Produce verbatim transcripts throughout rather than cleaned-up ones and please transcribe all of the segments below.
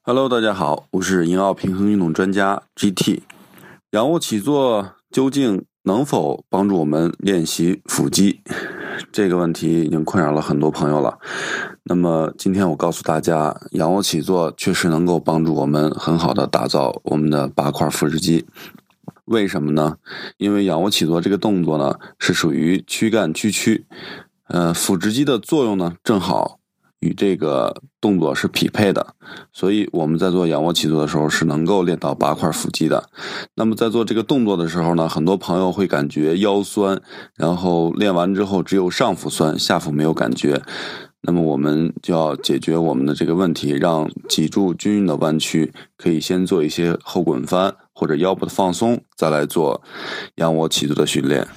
Hello， 大家好，我是银奥平衡运动专家 G T。仰卧起坐究竟能否帮助我们练习腹肌？这个问题已经困扰了很多朋友了。那么今天我告诉大家，仰卧起坐确实能够帮助我们很好的打造我们的八块腹直肌。为什么呢？因为仰卧起坐这个动作呢，是属于躯干屈曲，呃，腹直肌的作用呢，正好与这个动作是匹配的，所以我们在做仰卧起坐的时候是能够练到八块腹肌的。那么在做这个动作的时候呢，很多朋友会感觉腰酸，然后练完之后只有上腹酸，下腹没有感觉。那么我们就要解决我们的这个问题，让脊柱均匀的弯曲，可以先做一些后滚翻或者腰部的放松，再来做仰卧起坐的训练。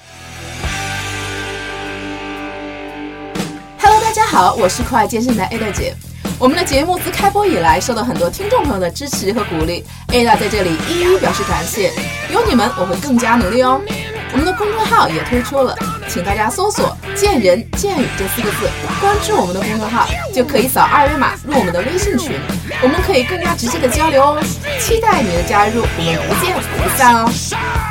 大家好，我是酷爱健身的 Ada 姐。我们的节目自开播以来，受到很多听众朋友的支持和鼓励 ，Ada 在这里一一表示感谢。有你们，我会更加努力哦。我们的公众号也推出了，请大家搜索“健人健语”这四个字，关注我们的公众号，就可以扫二维码入我们的微信群，我们可以更加直接的交流哦。期待你的加入，我们不见不散哦。